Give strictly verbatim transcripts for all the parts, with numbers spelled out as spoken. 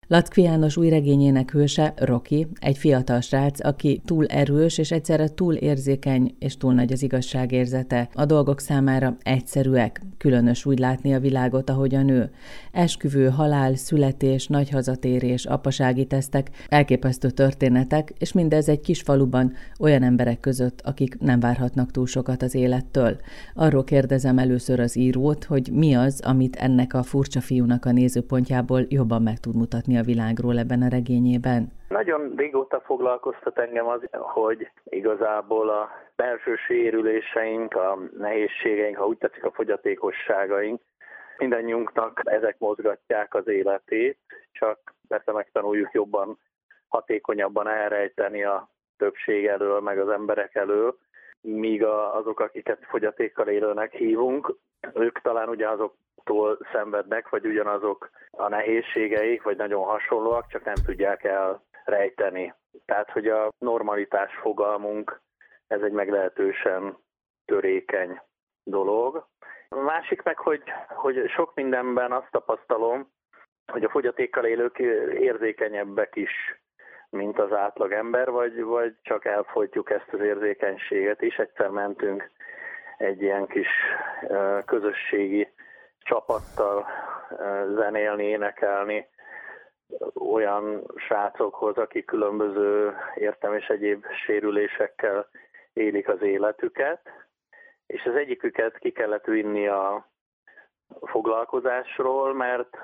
Lackfi János új regényének hőse Rocky, egy fiatal srác, aki túl erős és egyszerre túl érzékeny és túl nagy az igazságérzete. A dolgok számára egyszerűek, különös úgy látni a világot, ahogy a nő. Esküvő, halál, születés, nagy hazatérés, apasági tesztek, elképesztő történetek, és mindez egy kis faluban olyan emberek között, akik nem várhatnak túl sokat az élettől. Arról kérdezem először az írót, hogy mi az, amit ennek a furcsa fiúnak a nézőpontjából jobban meg tud mutatni a világról ebben a regényében. Nagyon régóta foglalkoztat engem az, hogy igazából a belső sérüléseink, a nehézségeink, ha úgy tetszik a fogyatékosságaink, mindannyiunknak ezek mozgatják az életét, csak persze megtanuljuk jobban, hatékonyabban elrejteni a többség elől, meg az emberek elől, míg azok, akiket fogyatékkal élőnek hívunk, ők talán ugyanazoktól szenvednek, vagy ugyanazok a nehézségeik, vagy nagyon hasonlóak, csak nem tudják elrejteni. Tehát, hogy a normalitás fogalmunk, ez egy meglehetősen törékeny dolog. A másik meg, hogy, hogy sok mindenben azt tapasztalom, hogy a fogyatékkal élők érzékenyebbek is, mint az átlagember, vagy, vagy csak elfolytjuk ezt az érzékenységet is. Egyszer mentünk egy ilyen kis közösségi csapattal zenélni, énekelni olyan srácokhoz, akik különböző értem és egyéb sérülésekkel élik az életüket, és az egyiküket ki kellett vinni a foglalkozásról, mert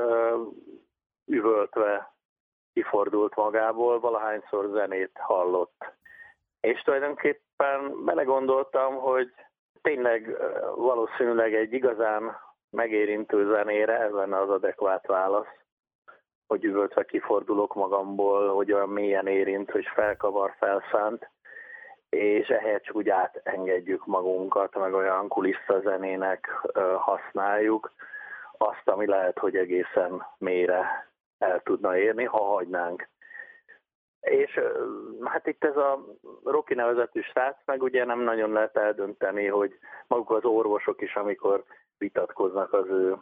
üvöltve kifordult magából, valahányszor zenét hallott. És tulajdonképpen belegondoltam, hogy tényleg valószínűleg egy igazán megérintő zenére ez lenne az adekvát válasz, hogy üvöltve kifordulok magamból, hogy olyan mélyen érint, hogy felkavar, felszánt, és ehhez csak úgy átengedjük magunkat, meg olyan kulisszazenének használjuk azt, ami lehet, hogy egészen mélyre el tudna érni, ha hagynánk. És hát itt ez a Rocky nevezetű srác, meg ugye nem nagyon lehet eldönteni, hogy maguk az orvosok is, amikor vitatkoznak az ő,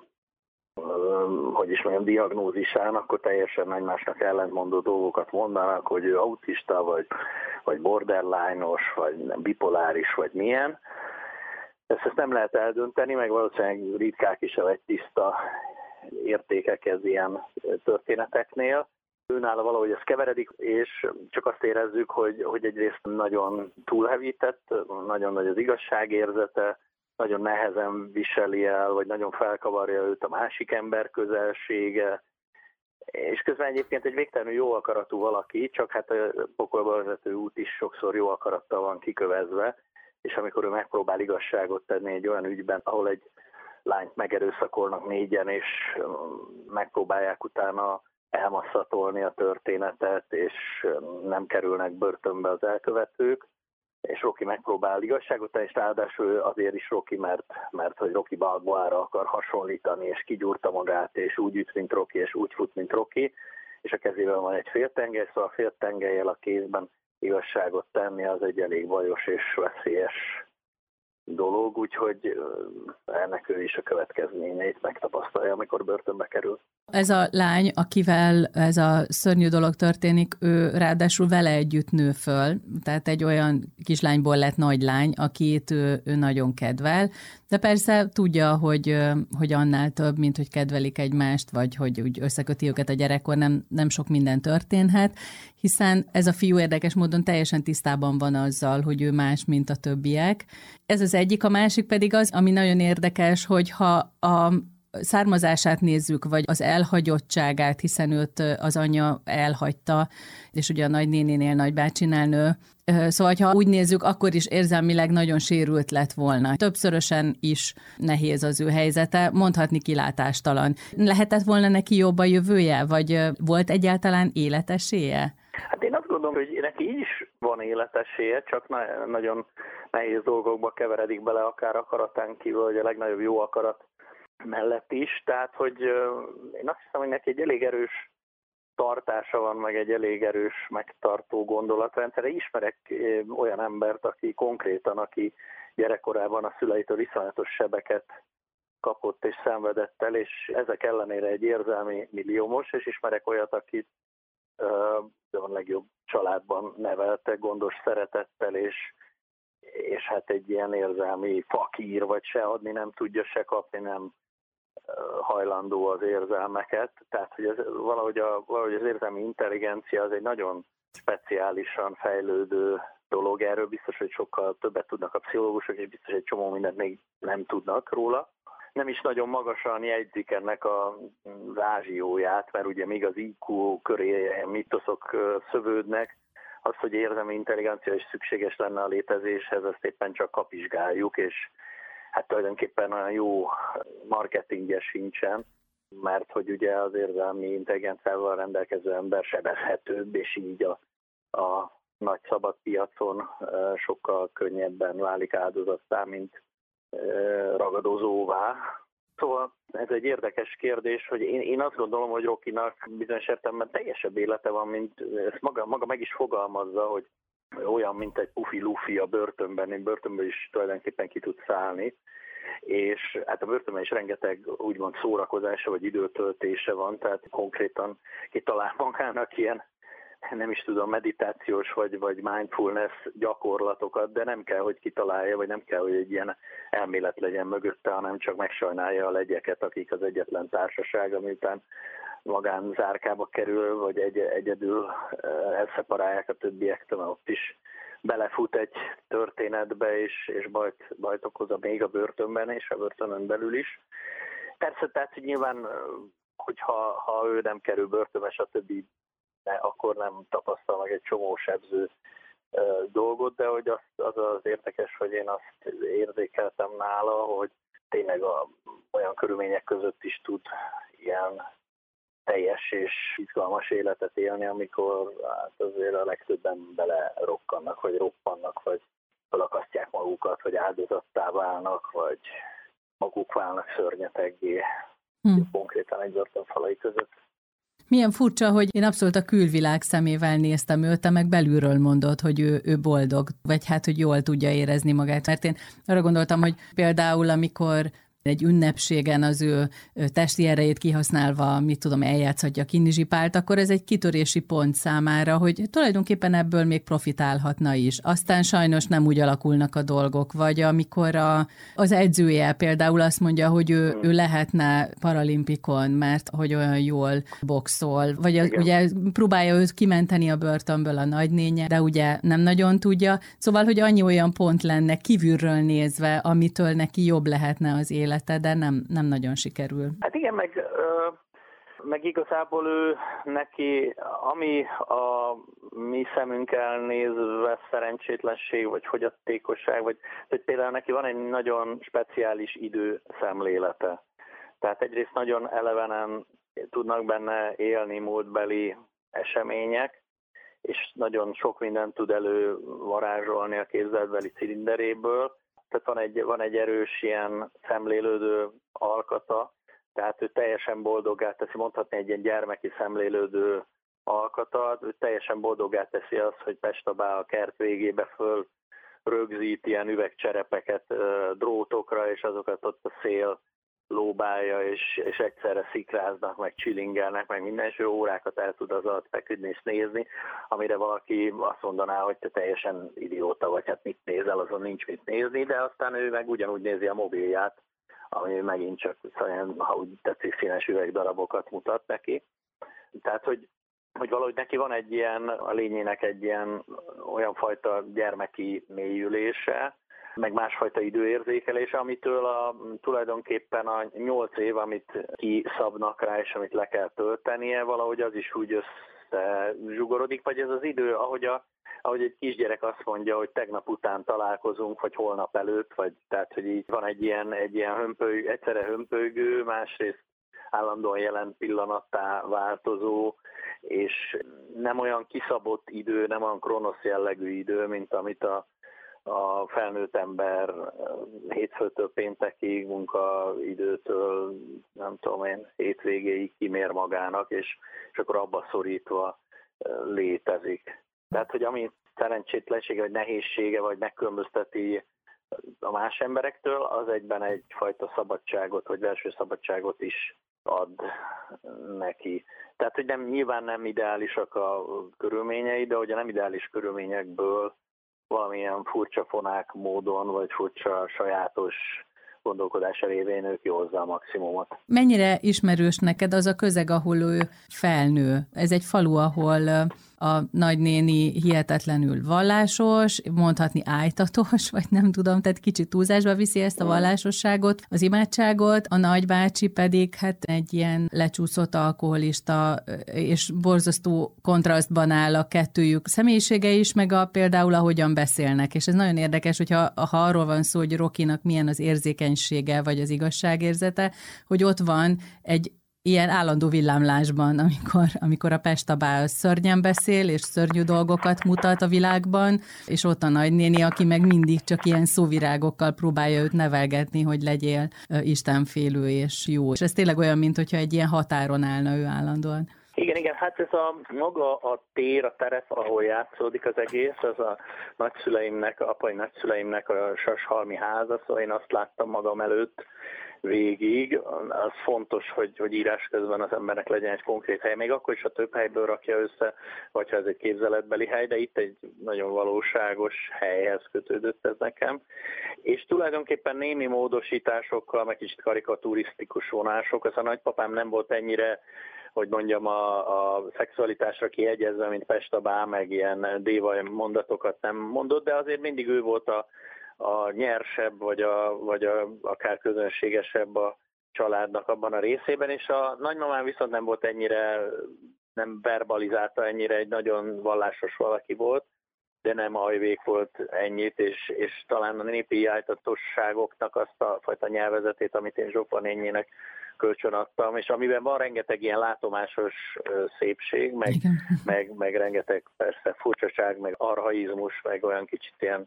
hogy is mondjam, diagnózisán, akkor teljesen egymásnak ellentmondó dolgokat mondanak, hogy ő autista, vagy, vagy borderline-os, vagy nem, bipoláris, vagy milyen. Ezt, ezt nem lehet eldönteni, meg valószínűleg ritkák is a egy tiszta értékek ez ilyen történeteknél. Őnála valahogy ez keveredik, és csak azt érezzük, hogy, hogy egyrészt nagyon túlhevített, nagyon nagy az igazságérzete, nagyon nehezen viseli el, vagy nagyon felkavarja őt a másik ember közelsége, és közben egyébként egy végtelenül jó akaratú valaki, csak hát a pokolba vezető út is sokszor jó akarattal van kikövezve, és amikor ő megpróbál igazságot tenni egy olyan ügyben, ahol egy lányt megerőszakolnak négyen, és megpróbálják utána elmasszatolni a történetet, és nem kerülnek börtönbe az elkövetők, és Rocky megpróbál igazságot tenni, és ráadásul azért is Rocky, mert, mert hogy Rocky Balboára akar hasonlítani, és kigyúrta magát, és úgy üt, mint Rocky, és úgy fut, mint Rocky, és a kezében van egy féltengely, szóval a féltengellyel a kézben igazságot tenni az egy elég bajos és veszélyes dolog, úgyhogy ennek ő is a következményeit megtapasztalja, amikor börtönbe kerül. Ez a lány, akivel ez a szörnyű dolog történik, ő ráadásul vele együtt nő föl, tehát egy olyan kislányból lett nagy lány, akit ő, ő nagyon kedvel, de persze tudja, hogy, hogy annál több, mint hogy kedvelik egymást, vagy hogy úgy összeköti őket a gyerekkor, nem, nem sok minden történhet, hiszen ez a fiú érdekes módon teljesen tisztában van azzal, hogy ő más, mint a többiek. Ez az egyik, a másik pedig az, ami nagyon érdekes, hogy ha a származását nézzük, vagy az elhagyottságát, hiszen őt az anyja elhagyta, és ugye a nagynénénél, nagybácsinál nő. Szóval, ha úgy nézzük, akkor is érzelmileg nagyon sérült lett volna. Többszörösen is nehéz az ő helyzete, mondhatni kilátástalan. Lehetett volna neki jobb a jövője, vagy volt egyáltalán életesélye? Hát én azt gondolom, hogy neki is van életesélye, csak na- nagyon nehéz dolgokba keveredik bele, akár akaratán kívül, hogy a legnagyobb jó akarat mellett is, tehát hogy én azt hiszem, hogy neki egy elég erős tartása van, meg egy elég erős megtartó gondolatrendszere. Ismerek olyan embert, aki konkrétan, aki gyerekkorában a szüleitől iszonyatos sebeket kapott és szenvedett el, és ezek ellenére egy érzelmi milliómos, és ismerek olyat, akit uh, a legjobb családban neveltek, gondos szeretettel, és, és hát egy ilyen érzelmi fakír, vagy se adni nem tudja, se kapni nem uh, hajlandó az érzelmeket. Tehát, hogy ez, valahogy, a, valahogy az érzelmi intelligencia az egy nagyon speciálisan fejlődő dolog. Erről biztos, hogy sokkal többet tudnak a pszichológusok, és biztos egy csomó mindent még nem tudnak róla. Nem is nagyon magasan jegyzik ennek a ázsióját, mert ugye még az í kú köré mitoszok szövődnek, az, hogy érzelmi intelligencia is szükséges lenne a létezéshez, ezt éppen csak kapizsgáljuk, és hát tulajdonképpen olyan jó marketingje sincsen, mert hogy ugye az érzelmi intelligenciával rendelkező ember sebezhetőbb, és így a, a nagy szabad piacon sokkal könnyebben válik áldozattá, mint ragadozóvá. Szóval ez egy érdekes kérdés, hogy én, én azt gondolom, hogy Rockynak bizonyos értelemben teljesebb élete van, mint ezt maga, maga meg is fogalmazza, hogy olyan, mint egy pufi lufi a börtönben, én börtönből is tulajdonképpen ki tud szállni, és hát a börtönben is rengeteg úgymond szórakozása vagy időtöltése van, tehát konkrétan kitalál magának ilyen, nem is tudom, meditációs vagy, vagy mindfulness gyakorlatokat, de nem kell, hogy kitalálja, vagy nem kell, hogy egy ilyen elmélet legyen mögötte, hanem csak megsajnálja a legyeket, akik az egyetlen társaság, amiután magán zárkába kerül, vagy egy, egyedül elszeparálják a többiektől, ott is belefut egy történetbe, és, és bajt, bajt okoz a még a börtönben, és a börtönön belül is. Persze, tehát, hogy nyilván, hogyha ha ő nem kerül börtönbe, stb., akkor nem tapasztal meg egy csomó sebző dolgot, de hogy az, az az érdekes, hogy én azt érzékeltem nála, hogy tényleg a, olyan körülmények között is tud ilyen teljes és izgalmas életet élni, amikor hát azért a legtöbben belerokkannak, vagy roppannak, vagy felakasztják magukat, vagy áldozattá válnak, vagy maguk válnak szörnyeteggé, hmm. konkrétan egy börtönfalai között. Milyen furcsa, hogy én abszolút a külvilág szemével néztem őt, te meg belülről mondod, hogy ő, ő boldog, vagy hát, hogy jól tudja érezni magát. Mert én arra gondoltam, hogy például amikor egy ünnepségen az ő testi erejét kihasználva, mit tudom, eljátszhatja Kinizsi Pált, akkor ez egy kitörési pont számára, hogy tulajdonképpen ebből még profitálhatna is. Aztán sajnos nem úgy alakulnak a dolgok, vagy amikor a, az edzője például azt mondja, hogy ő, ő lehetne paralimpikon, mert hogy olyan jól boxol, vagy az, ugye próbálja őt kimenteni a börtönből a nagynénye, de ugye nem nagyon tudja. Szóval, hogy annyi olyan pont lenne kívülről nézve, amitől neki jobb lehetne az élet, de nem, nem nagyon sikerül. Hát igen, meg, meg igazából ő neki, ami a mi szemünkkel nézve szerencsétlenség, vagy fogyatékosság, vagy hogy például neki van egy nagyon speciális időszemlélete. Tehát egyrészt nagyon elevenen tudnak benne élni múltbeli események, és nagyon sok mindent tud elővarázsolni a képzeletbeli cilinderéből. Tehát van egy, van egy erős ilyen szemlélődő alkata, tehát ő teljesen boldoggá teszi, mondhatni egy ilyen gyermeki szemlélődő alkata, ő teljesen boldoggá teszi azt, hogy Pestabá a kert végébe föl rögzít ilyen üvegcserepeket drótokra, és azokat ott a szél lóbálja, és, és egyszerre szikráznak, meg csilingelnek, meg minden, és ő órákat el tud az alatt feküdni és nézni, amire valaki azt mondaná, hogy te teljesen idióta vagy, hát mit nézel, azon nincs mit nézni, de aztán ő meg ugyanúgy nézi a mobilját, ami megint csak, ha úgy tetszik, színes üvegdarabokat mutat neki. Tehát, hogy, hogy valahogy neki van egy ilyen, a lényének egy ilyen olyan fajta gyermeki mélyülése, meg másfajta időérzékelése, amitől a, tulajdonképpen a nyolc év, amit kiszabnak rá, és amit le kell töltenie, valahogy az is úgy összezsugorodik, vagy ez az idő, ahogy, a, ahogy egy kisgyerek azt mondja, hogy tegnap után találkozunk, vagy holnap előtt, vagy tehát, hogy így van egy ilyen, egy ilyen hömpöly, egyszerre hömpölygő, másrészt állandóan jelen pillanattá változó, és nem olyan kiszabott idő, nem olyan kronosz jellegű idő, mint amit a a felnőtt ember hétfőtől péntekig, munkaidőtől, nem tudom én, hétvégéig kimér magának, és, és akkor abba szorítva létezik. Tehát, hogy ami szerencsétlensége, vagy nehézsége, vagy megkülönbözteti a más emberektől, az egyben egyfajta szabadságot, vagy belső szabadságot is ad neki. Tehát, hogy nem, nyilván nem ideálisak a körülményei, de hogy a nem ideális körülményekből valamilyen furcsa fonák módon, vagy furcsa sajátos gondolkodása révén ők hozza a maximumot. Mennyire ismerős neked az a közeg, ahol ő felnő? Ez egy falu, ahol a nagynéni hihetetlenül vallásos, mondhatni ájtatos, vagy nem tudom, tehát kicsit túlzásba viszi ezt a vallásosságot, az imádságot, a nagybácsi pedig hát egy ilyen lecsúszott alkoholista, és borzasztó kontrasztban áll a kettőjük személyisége is, meg a például ahogyan beszélnek, és ez nagyon érdekes, hogyha ha arról van szó, hogy Rokinak milyen az érzékenysége, vagy az igazságérzete, hogy ott van egy ilyen állandó villámlásban, amikor, amikor a Pestabá szörnyen beszél, és szörnyű dolgokat mutat a világban, és ott a nagynéni, aki meg mindig csak ilyen szóvirágokkal próbálja őt nevelgetni, hogy legyél istenfélő és jó. És ez tényleg olyan, mint hogyha egy ilyen határon állna ő állandóan. Igen, igen, hát ez a maga a tér, a terep, ahol játszódik az egész, az a nagyszüleimnek, a apai nagyszüleimnek a Sashalmi háza, szóval én azt láttam magam előtt végig. Az fontos, hogy, hogy írás közben az embernek legyen egy konkrét hely, még akkor is, ha több helyből rakja össze, vagy ha ez egy képzeletbeli hely, de itt egy nagyon valóságos helyhez kötődött ez nekem. És tulajdonképpen némi módosításokkal, meg kicsit karikaturisztikus vonások, az a nagypapám nem volt ennyire, hogy mondjam, a, a szexualitásra kiegyezve, mint Pestabá, meg ilyen dévaj mondatokat nem mondott, de azért mindig ő volt a, a nyersebb, vagy, a, vagy a, akár közönségesebb a családnak abban a részében, és a nagymamám viszont nem volt ennyire, nem verbalizálta ennyire, egy nagyon vallásos valaki volt, de nem ajvék volt ennyit, és, és talán a népi ájtatosságoknak azt a fajta nyelvezetét, amit én Zsófa nénjének kölcsön adtam, és amiben van rengeteg ilyen látomásos szépség, meg, meg, meg rengeteg persze furcsaság, meg archaizmus, meg olyan kicsit ilyen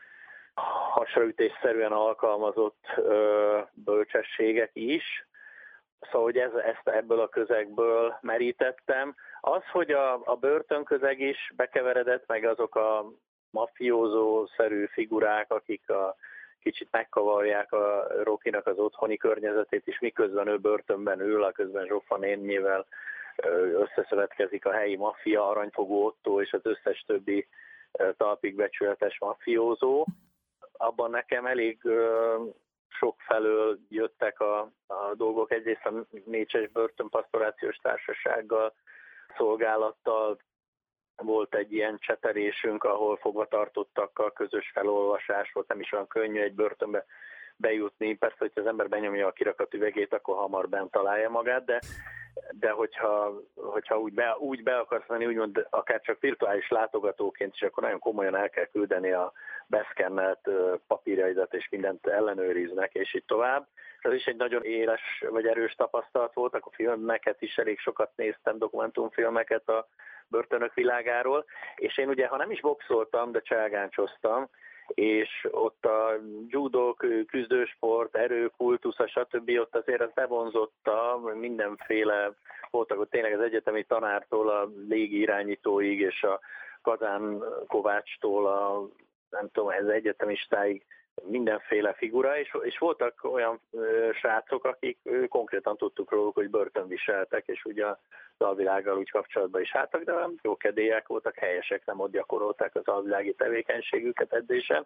hasraütésszerűen alkalmazott ö, bölcsességek is. Szóval, hogy ez, ezt ebből a közegből merítettem. Az, hogy a, a börtönközeg is bekeveredett, meg azok a mafiózó-szerű figurák, akik a kicsit megkavarják a Rokinak az otthoni környezetét is, miközben ő börtönben ül, a közben Zsófa nénjével összeszövetkezik a helyi maffia, Aranyfogó Ottó és az összes többi talpig becsületes mafiózó. Abban nekem elég sok felől jöttek a, a dolgok. Egyrészt a Mécses Börtönpastorációs Társasággal, szolgálattal volt egy ilyen cseterésünk, ahol fogvatartottakkal közös felolvasás volt, nem is olyan könnyű egy börtönbe bejutni. Persze, hogyha az ember benyomja a kirakat üvegét, akkor hamar bent találja magát, de, de hogyha, hogyha úgy, be, úgy be akarsz menni, úgymond akár csak virtuális látogatóként is, akkor nagyon komolyan el kell küldeni a beszkennelt papírjaidat, és mindent ellenőriznek, és így tovább. Ez is egy nagyon éles vagy erős tapasztalat volt, akkor filmeket is elég sokat néztem, dokumentumfilmeket a börtönök világáról, és én ugye, ha nem is boxoltam, de cselgáncsoztam, és ott a judo, küzdősport, erőkultusza, stb. Ott azért az bevonzotta, mindenféle, voltak ott tényleg az egyetemi tanártól a légirányítóig, és a Kazán Kovácstól a, nem tudom, ez egyetemistáig mindenféle figura, és, és voltak olyan ö, srácok, akik ö, konkrétan tudtuk róluk, hogy börtönviseltek, és ugye az alvilággal úgy kapcsolatban is álltak, de jó kedélyek voltak, helyesek, nem ott gyakorolták az alvilági tevékenységüket edzésen,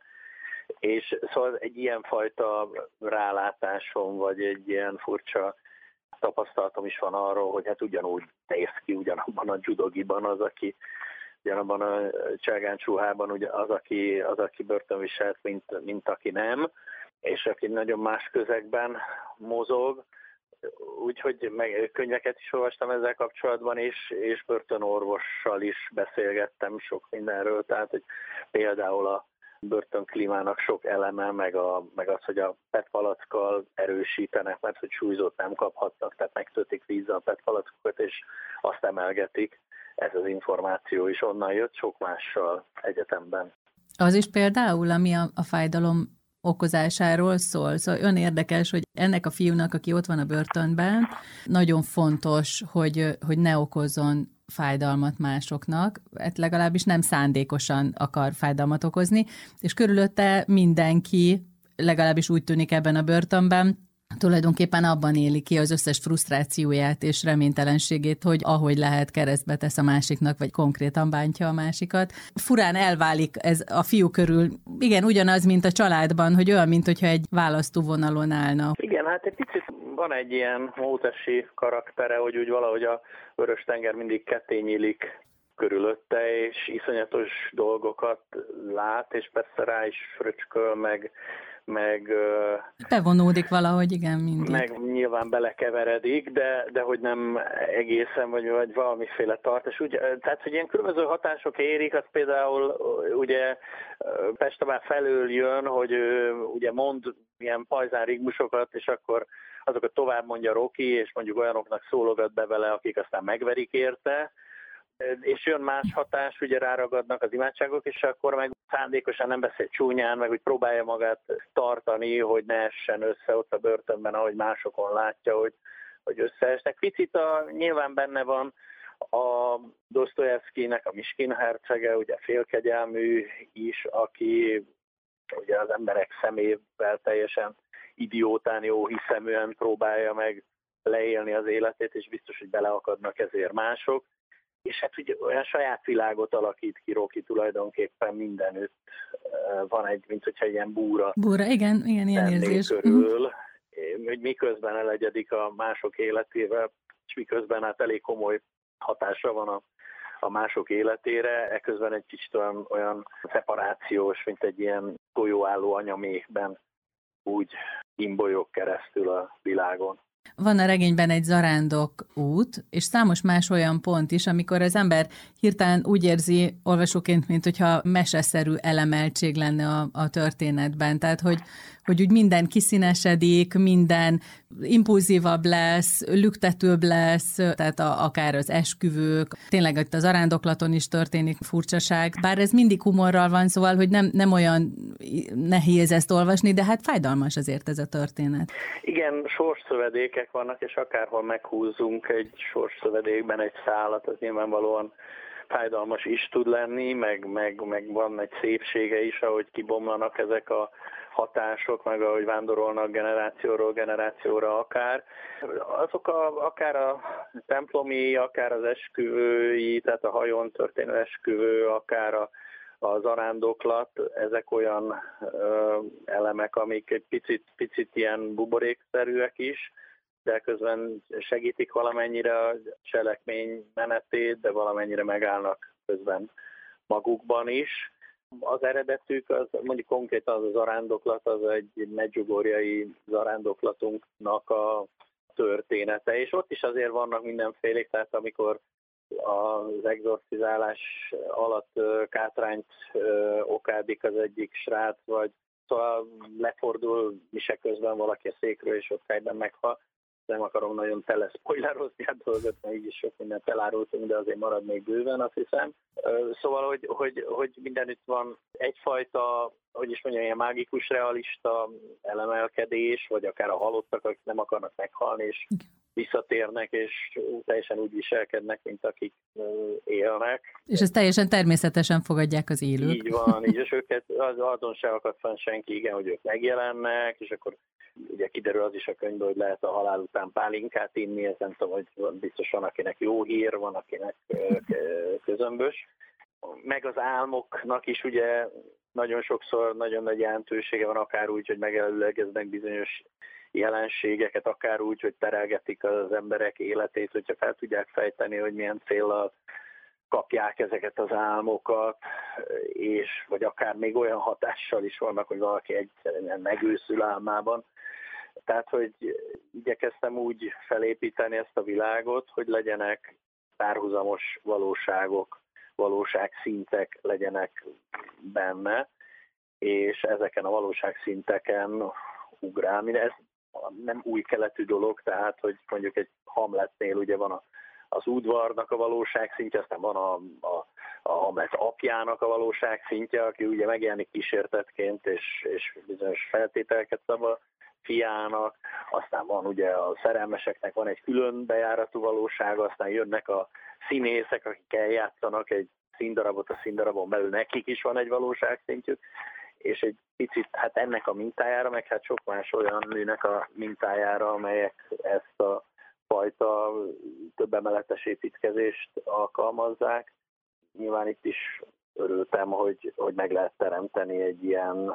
és szóval egy ilyenfajta rálátásom, vagy egy ilyen furcsa tapasztalatom is van arról, hogy hát ugyanúgy néz ki ugyanabban a judogiban az, aki ugyanabban a cselgáncsruhában ugye az, aki, az, aki börtönviselt, mint, mint aki nem, és aki nagyon más közegben mozog. Úgyhogy meg, könyveket is olvastam ezzel kapcsolatban, és, és börtönorvossal is beszélgettem sok mindenről, tehát hogy például a börtönklímának sok eleme, meg, a, meg az, hogy a petpalackkal erősítenek, mert hogy súlyzót nem kaphatnak, tehát megtöltik vízzel a petpalackokat, és azt emelgetik. Ez az információ is onnan jött, sok mással egyetemben. Az is például, ami a, a fájdalom okozásáról szól. Szóval olyan érdekes, hogy ennek a fiúnak, aki ott van a börtönben, nagyon fontos, hogy, hogy ne okozzon fájdalmat másoknak, hát legalábbis nem szándékosan akar fájdalmat okozni, és körülötte mindenki, legalábbis úgy tűnik ebben a börtönben, tulajdonképpen abban éli ki az összes frusztrációját és reménytelenségét, hogy ahogy lehet keresztbe tesz a másiknak, vagy konkrétan bántja a másikat. Furán elválik ez a fiú körül. Igen, ugyanaz, mint a családban, hogy olyan, mint hogyha egy választóvonalon állna. Igen, hát egy picit van egy ilyen mótesi karaktere, hogy úgy valahogy a Vörös-tenger mindig ketté nyílik körülötte, és iszonyatos dolgokat lát, és persze rá is fröcsköl, meg meg bevonódik valahogy, igen, mindig. Meg nyilván belekeveredik, de, de hogy nem egészen, vagy, vagy valamiféle tart. És úgy, tehát, hogy ilyen különböző hatások érik, az például ugye Pestamár felől jön, hogy ő ugye mond ilyen pajzán rigmusokat, és akkor azokat tovább mondja Rocky, és mondjuk olyanoknak szólogat be vele, akik aztán megverik érte, és jön más hatás, ugye ráragadnak az imádságok, és akkor meg szándékosan nem beszél csúnyán, meg hogy próbálja magát tartani, hogy ne essen össze ott a börtönben, ahogy másokon látja, hogy, hogy összeesnek. Picit a, nyilván benne van a Dosztojevszkijnek a Miskin hercege, ugye félkegyelmű is, aki ugye az emberek szemével teljesen idiótán, jó hiszeműen próbálja meg leélni az életét, és biztos, hogy beleakadnak ezért mások. És hát ugye olyan saját világot alakít ki Rocky tulajdonképpen mindenütt. Van egy, mint hogyha ilyen búra. Búra, igen, igen, ilyen érzés. Körül, uh-huh. Hogy miközben elegyedik a mások életével, és miközben hát elég komoly hatása van a, a mások életére, eközben egy kicsit olyan, olyan szeparációs, mint egy ilyen golyóálló anyaméhben úgy imbolyog keresztül a világon. Van a regényben egy zarándok út, és számos más olyan pont is, amikor az ember hirtelen úgy érzi olvasóként, mint hogyha meseszerű elemeltség lenne a, a történetben. Tehát, hogy, hogy úgy minden kiszínesedik, minden impulzívabb lesz, lüktetőbb lesz, tehát a, akár az esküvők, tényleg itt az zarándoklaton is történik furcsaság, bár ez mindig humorral van, szóval, hogy nem, nem olyan nehéz ezt olvasni, de hát fájdalmas azért ez a történet. Igen, sorsszövedékek vannak, és akárhol meghúzzunk egy sorsszövedékben egy szálat, az nyilvánvalóan fájdalmas is tud lenni, meg, meg, meg van egy szépsége is, ahogy kibomlanak ezek a hatások, meg ahogy vándorolnak generációról generációra akár. Azok a, akár a templomi, akár az esküvői, tehát a hajón történő esküvő, akár a, a zarándoklat, ezek olyan ö, elemek, amik egy picit, picit ilyen buborékszerűek is, de közben segítik valamennyire a cselekmény menetét, de valamennyire megállnak közben magukban is. Az eredetük, az, mondjuk konkrétan az a zarándoklat, az egy medjugorjai zarándoklatunknak a története, és ott is azért vannak mindenfélék, tehát amikor az exorcizálás alatt kátrányt okádik az egyik srác, vagy szóval lefordul mise közben valaki a székről, és ott helyben meghal. Nem akarom nagyon teleszpoilerozni a dolgot, mert így is sok mindent elárultunk, de azért marad még bőven, azt hiszem. Szóval, hogy, hogy, hogy mindenütt van egyfajta, hogy is mondjam, ilyen mágikus, realista elemelkedés, vagy akár a halottak, akik nem akarnak meghalni, és visszatérnek, és teljesen úgy viselkednek, mint akik élnek. És ezt teljesen természetesen fogadják az élők. Így van, így, és őket az azon se akad fenn senki, igen, hogy ők megjelennek, és akkor ugye kiderül az is a könyvből, hogy lehet a halál után pálinkát inni, ez nem tudom, hogy biztos van, akinek jó hír, van, akinek közömbös. Meg az álmoknak is ugye nagyon sokszor nagyon nagy jelentősége van, akár úgy, hogy megelőlegeznek bizonyos jelenségeket, akár úgy, hogy terelgetik az emberek életét, hogyha fel tudják fejteni, hogy milyen céllal kapják ezeket az álmokat, és vagy akár még olyan hatással is vannak, hogy valaki egyszerűen megőszül álmában. Tehát, hogy igyekeztem úgy felépíteni ezt a világot, hogy legyenek párhuzamos valóságok, valóságszintek legyenek benne, és ezeken a valóságszinteken ugrálni. Ez nem új keletű dolog, tehát, hogy mondjuk egy Hamletnél ugye van a az udvarnak a valóságszintje, aztán van a, a, a Hamlet apjának a valóságszintje, aki ugye megjelenik kísértetként, és, és bizonyos feltételeket szab a fiának, aztán van ugye a szerelmeseknek van egy külön bejáratú valósága, aztán jönnek a színészek, akik eljátszanak egy színdarabot, a színdarabon belül nekik is van egy valóságszintjük, és egy picit hát ennek a mintájára, meg hát sok más olyan műnek a mintájára, amelyek ezt a fajta többemeletes építkezést alkalmazzák. Nyilván itt is örültem, hogy, hogy meg lehet teremteni egy ilyen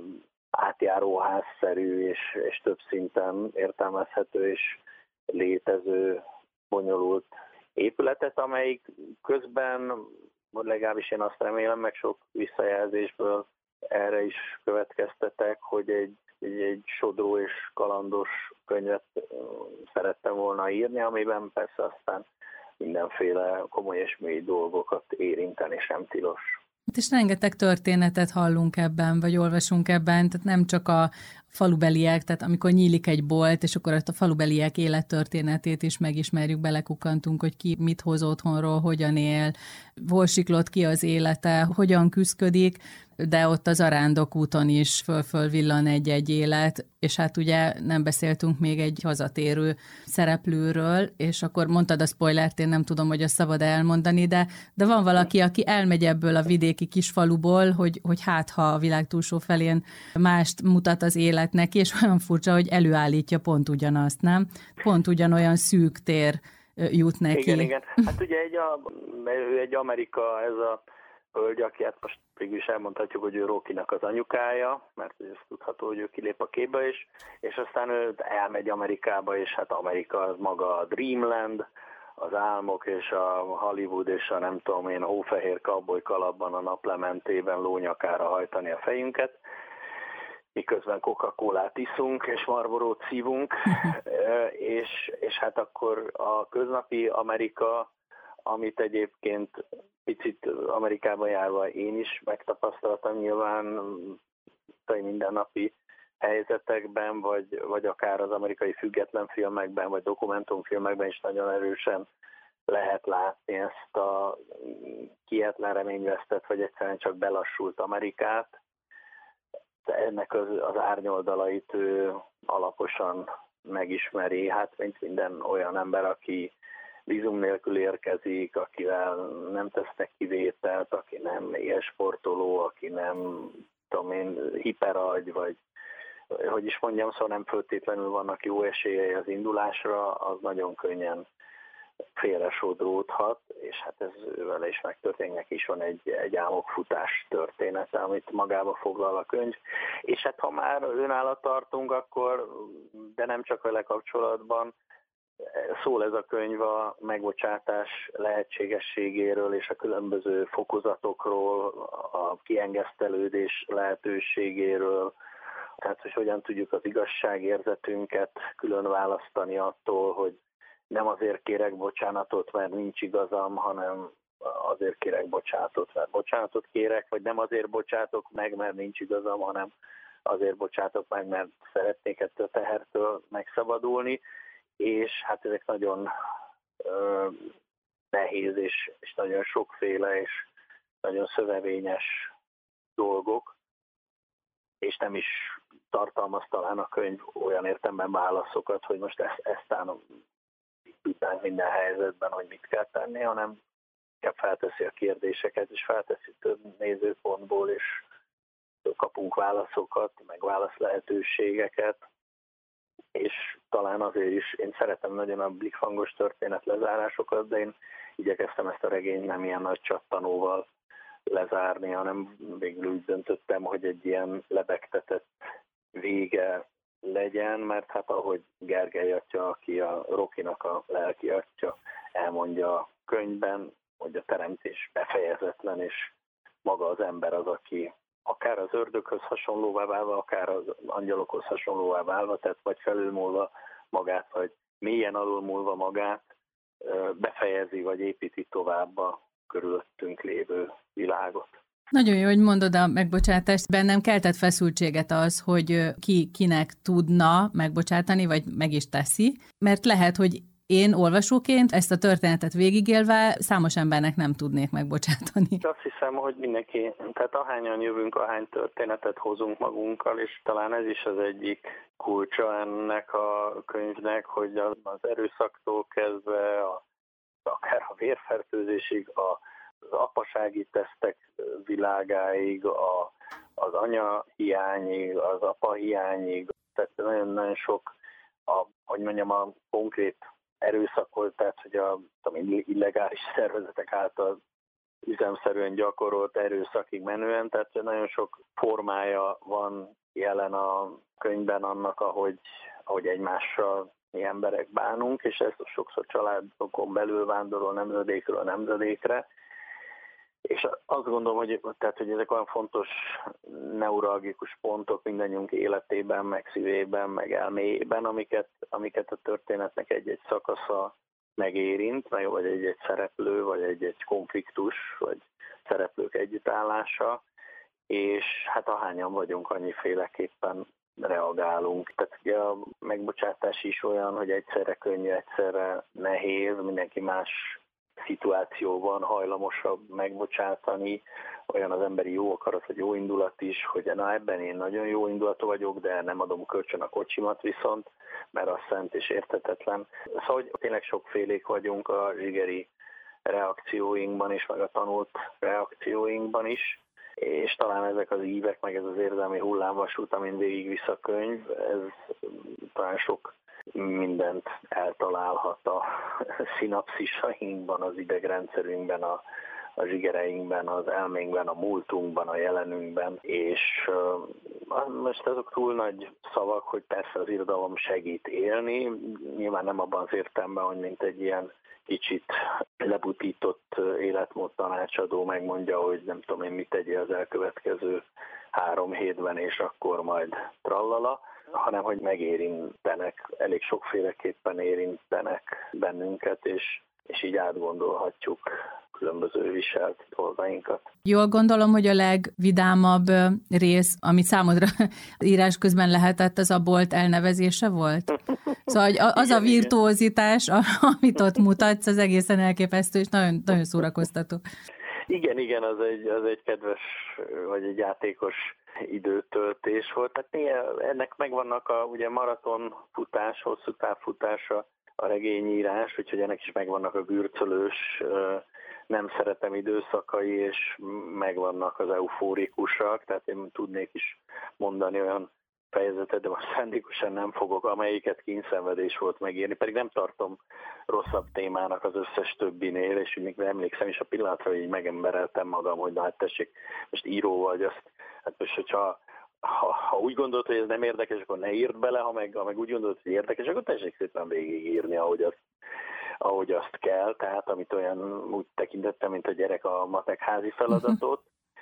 átjáróházszerű és, és több szinten értelmezhető és létező, bonyolult épületet, amelyik közben, legalábbis én azt remélem, meg sok visszajelzésből erre is következtetek, hogy egy, egy, egy sodró és kalandos könyvet szerettem volna írni, amiben persze aztán mindenféle komoly és mély dolgokat érinteni sem tilos. És rengeteg történetet hallunk ebben, vagy olvasunk ebben, tehát nem csak a falubeliek, tehát amikor nyílik egy bolt, és akkor a falubeliek élettörténetét is megismerjük, belekukkantunk, hogy ki mit hoz otthonról, hogyan él, hol siklott ki az élete, hogyan küszködik, de ott az Arándok úton is föl-föl villan egy-egy élet, és hát ugye nem beszéltünk még egy hazatérő szereplőről, és akkor mondtad a spoilert, én nem tudom, hogy azt szabad elmondani, de, de van valaki, aki elmegy ebből a vidéki kisfaluból, hogy, hogy hát ha a világ túlsó felén mást mutat az életnek, és olyan furcsa, hogy előállítja pont ugyanazt, nem? Pont ugyanolyan szűk tér jut neki. Igen, igen. Hát ugye egy, a, egy Amerika, ez a hölgy, aki hát most végül is elmondhatjuk, hogy ő Rockynak az anyukája, mert ez tudható, hogy ő kilép a képbe is, és aztán ő elmegy Amerikába, és hát Amerika az maga a Dreamland, az álmok és a Hollywood és a nem tudom én hófehér cowboy kalapban a naplementében lónyakára hajtani a fejünket, miközben Coca-Colát iszunk és Marlboro-t szívunk, és, és hát akkor a köznapi Amerika, amit egyébként picit Amerikában járva én is megtapasztaltam nyilván mindennapi helyzetekben, vagy, vagy akár az amerikai független filmekben, vagy dokumentumfilmekben is nagyon erősen lehet látni ezt a kietlen reményvesztett, vagy egyszerűen csak belassult Amerikát. De ennek az, az árnyoldalait ő alaposan megismeri, hát mint minden olyan ember, aki vízum nélkül érkezik, akivel nem tesznek kivételt, aki nem élsportoló, aki nem, tudom én, hiperagy, vagy hogy is mondjam, szóval nem föltétlenül vannak jó esélyei az indulásra, az nagyon könnyen félresodródhat, és hát ez vele is megtörténik, neki is van egy, egy álmokfutás története, amit magába foglal a könyv, és hát ha már önálló tartunk, akkor, de nem csak vele kapcsolatban, szól ez a könyv a megbocsátás lehetségességéről és a különböző fokozatokról, a kiengesztelődés lehetőségéről, tehát hogy hogyan tudjuk az igazságérzetünket külön választani attól, hogy nem azért kérek bocsánatot, mert nincs igazam, hanem azért kérek bocsánatot, mert bocsánatot kérek, vagy nem azért bocsátok meg, mert nincs igazam, hanem azért bocsátok meg, mert szeretnék ettől a tehertől megszabadulni. És hát ezek nagyon ö, nehéz és, és nagyon sokféle és nagyon szövevényes dolgok, és nem is tartalmaz talán a könyv olyan értelemben válaszokat, hogy most ezt, ezt tudnánk minden helyzetben, hogy mit kell tenni, hanem felteszi a kérdéseket, és felteszi több nézőpontból, és kapunk válaszokat, meg válasz lehetőségeket, és talán azért is én szeretem nagyon a blikfangos történet lezárásokat, de én igyekeztem ezt a regényt nem ilyen nagy csattanóval lezárni, hanem végül úgy döntöttem, hogy egy ilyen lebegtetett vége legyen, mert hát ahogy Gergely atya, aki a Rockynak a lelki atya, elmondja a könyvben, hogy a teremtés befejezetlen, és maga az ember az, aki akár az ördöghöz hasonlóvá válva, akár az angyalokhoz hasonlóvá válva, tehát vagy felülmúlva magát, vagy mélyen alulmúlva magát, befejezi, vagy építi tovább a körülöttünk lévő világot. Nagyon jó, hogy mondod a megbocsátást. Bennem keltett feszültséget az, hogy ki kinek tudna megbocsátani, vagy meg is teszi, mert lehet, hogy én olvasóként ezt a történetet végigélve számos embernek nem tudnék megbocsátani. Azt hiszem, hogy mindenki, tehát ahányan jövünk, ahány történetet hozunk magunkkal, és talán ez is az egyik kulcsa ennek a könyvnek, hogy az erőszaktól kezdve a akár a vérfertőzésig, a, az apasági tesztek világáig, a, az anya hiányig, az apa hiányig, tehát nagyon-nagyon sok, a, hogy mondjam, a konkrét erőszakot, tehát hogy a tudom, illegális szervezetek által üzemszerűen gyakorolt erőszakig menően, tehát nagyon sok formája van jelen a könyvben annak, ahogy, ahogy egymással mi emberek bánunk, és ez sokszor családokon belül vándorol nemzedékről nemzedékre. És azt gondolom, hogy, tehát, hogy ezek olyan fontos neuralgikus pontok mindannyiunk életében, meg szívében, meg elméjében, amiket, amiket a történetnek egy-egy szakasza megérint, meg vagy egy-egy szereplő, vagy egy-egy konfliktus, vagy szereplők együttállása, és hát ahányan vagyunk, annyiféleképpen reagálunk. Tehát ugye a megbocsátás is olyan, hogy egyszerre könnyű, egyszerre nehéz, mindenki más szituációban hajlamosabb megbocsátani, olyan az emberi jó akarat, vagy jó indulat is, hogy na ebben én nagyon jó indulatú vagyok, de nem adom kölcsön a kocsimat viszont, mert az szent és érthetetlen. Szóval hogy tényleg sokfélék vagyunk a zsigeri reakcióinkban is, meg a tanult reakcióinkban is, és talán ezek az ívek, meg ez az érzelmi hullámvasút, amin végigvisz a könyv, ez talán sok mindent eltalálhat a szinapszisainkban, az idegrendszerünkben, a, a zsigereinkben, az elménkben, a múltunkban, a jelenünkben, és uh, most azok túl nagy szavak, hogy persze az irodalom segít élni, nyilván nem abban az értelemben, hogy mint egy ilyen kicsit lebutított életmód tanácsadó megmondja, hogy nem tudom én mit tegyél az elkövetkező három hétben, és akkor majd trallala, hanem hogy megérintenek, elég sokféleképpen érintenek bennünket, és, és így átgondolhatjuk különböző viselt dolgainkat. Jól gondolom, hogy a legvidámabb rész, amit számodra írás közben lehetett, az a bolt elnevezése volt? Szóval az igen, a virtuózitás, amit ott mutatsz, az egészen elképesztő, és nagyon, nagyon szórakoztató. Igen, igen, az egy, az egy kedves, vagy egy játékos időtöltés volt. Tehát ennek megvannak a ugye maraton futás, hosszú távfutása, a regényírás, úgyhogy ennek is megvannak a gürcölős, nem szeretem időszakai, és megvannak az eufórikusak, tehát én tudnék is mondani olyan fejezetet, de most szándékosan nem fogok, amelyiket kényszenvedés volt megírni, pedig nem tartom rosszabb témának az összes többinél, és még emlékszem is a pillanatra, hogy így megembereltem magam, hogy na hát tessék, most író vagy, azt, hát most hogyha ha, ha úgy gondolod, hogy ez nem érdekes, akkor ne írd bele, ha meg, ha meg úgy gondolod, hogy érdekes, akkor tessék szépen végigírni, ahogy azt, ahogy azt kell, tehát amit olyan úgy tekintettem, mint a gyerek a matek házi feladatot,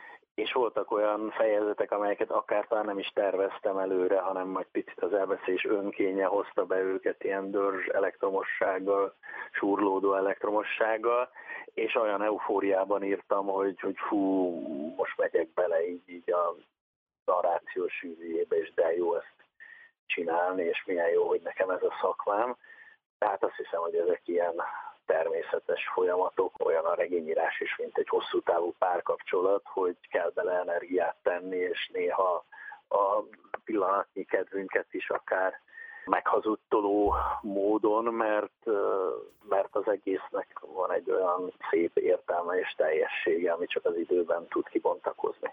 és voltak olyan fejezetek, amelyeket akár talán nem is terveztem előre, hanem majd picit az elbeszélés önkénye hozta be őket ilyen dörzs elektromossággal, súrlódó elektromossággal, és olyan eufóriában írtam, hogy, hogy fú, most megyek bele így, így a narrációs űzébe, és de jó ezt csinálni, és milyen jó, hogy nekem ez a szakmám. Tehát azt hiszem, hogy ezek ilyen természetes folyamatok, olyan a regényírás is, mint egy hosszú távú párkapcsolat, hogy kell bele energiát tenni, és néha a pillanatnyi kedvünket is akár meghazudtoló módon, mert, mert az egésznek van egy olyan szép értelme és teljessége, ami csak az időben tud kibontakozni.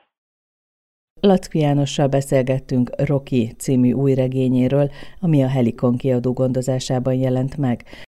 Laczky Jánossal beszélgettünk Rocky című új regényéről, ami a Helikon kiadó gondozásában jelent meg.